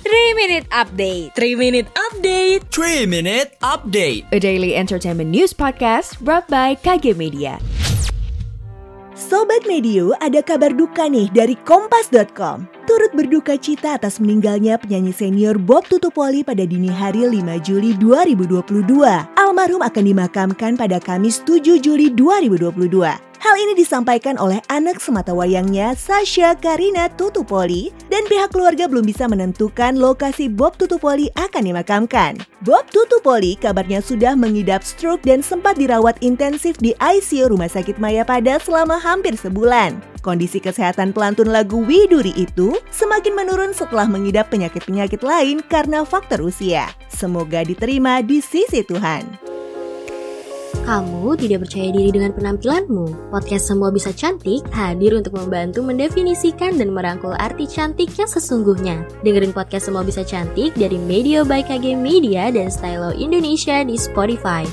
3 Minute Update. 3 Minute Update. 3 Minute Update. A daily entertainment news podcast brought by KG Media. Sobat Medio, ada kabar duka nih dari Kompas.com. Turut berduka cita atas meninggalnya penyanyi senior Bob Tutupoli pada dini hari 5 Juli 2022. Almarhum akan dimakamkan pada Kamis 7 Juli 2022. Hal ini disampaikan oleh anak sematawayangnya Sasha Karina Tutupoli dan pihak keluarga belum bisa menentukan lokasi Bob Tutupoli akan dimakamkan. Bob Tutupoli kabarnya sudah mengidap stroke dan sempat dirawat intensif di ICU Rumah Sakit Mayapada selama hampir sebulan. Kondisi kesehatan pelantun lagu Widuri itu semakin menurun setelah mengidap penyakit-penyakit lain karena faktor usia. Semoga diterima di sisi Tuhan. Kamu tidak percaya diri dengan penampilanmu? Podcast Semua Bisa Cantik hadir untuk membantu mendefinisikan dan merangkul arti cantik yang sesungguhnya. Dengerin podcast Semua Bisa Cantik dari Media by KG Media dan Stylo Indonesia di Spotify.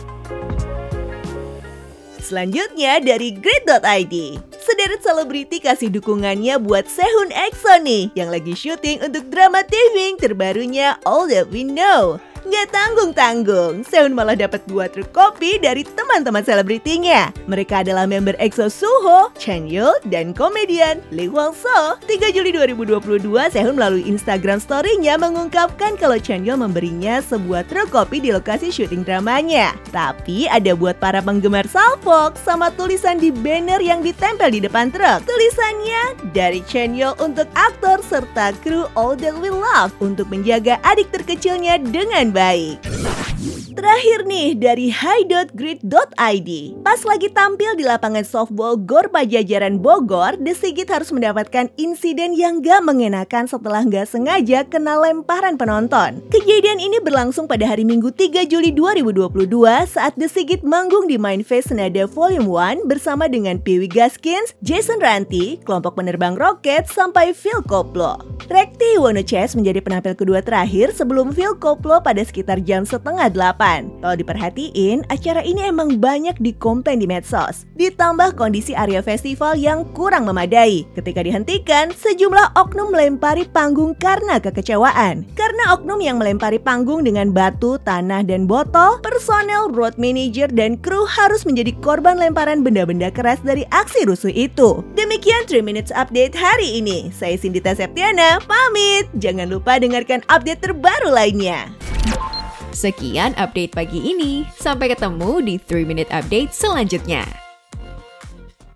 Selanjutnya dari Grid.id. Sederet selebriti kasih dukungannya buat Sehun EXO nih yang lagi syuting untuk drama TV terbarunya All That We Know. Nggak tanggung-tanggung, Sehun malah dapat 2 truk kopi dari teman-teman selebritinya. Mereka adalah member EXO Suho, Chanyeol, dan komedian Lee Hwang-seo. 3 Juli 2022, Sehun melalui Instagram story-nya mengungkapkan kalau Chanyeol memberinya sebuah truk kopi di lokasi syuting dramanya. Tapi ada buat para penggemar Salfok sama tulisan di banner yang ditempel di depan truk. Tulisannya, dari Chanyeol untuk aktor serta kru All That We Love untuk menjaga adik terkecilnya dengan baik. Terakhir nih dari hi.grid.id. Pas lagi tampil di lapangan softball GOR Pajajaran Bogor, The Sigit harus mendapatkan insiden yang gak mengenakan setelah gak sengaja kena lemparan penonton. Kejadian ini berlangsung pada hari Minggu 3 Juli 2022 saat The Sigit manggung di Mindfest Senada Volume 1 bersama dengan Piwi Gaskins, Jason Ranti, kelompok penerbang roket, sampai Phil Koplo. Rekti Wonoces menjadi penampil kedua terakhir sebelum Phil Koplo pada sekitar jam 7:30. Kalau diperhatiin, acara ini emang banyak dikomplain di medsos. Ditambah kondisi area festival yang kurang memadai. Ketika dihentikan, sejumlah oknum melempari panggung karena kekecewaan. Karena oknum yang melempari panggung dengan batu, tanah, dan botol, personel, road manager, dan kru harus menjadi korban lemparan benda-benda keras dari aksi rusuh itu. Demikian 3 Minutes Update hari ini. Saya Sindita Septiana, pamit. Jangan lupa dengarkan update terbaru lainnya. Sekian update pagi ini. Sampai ketemu di 3 Minute Update selanjutnya.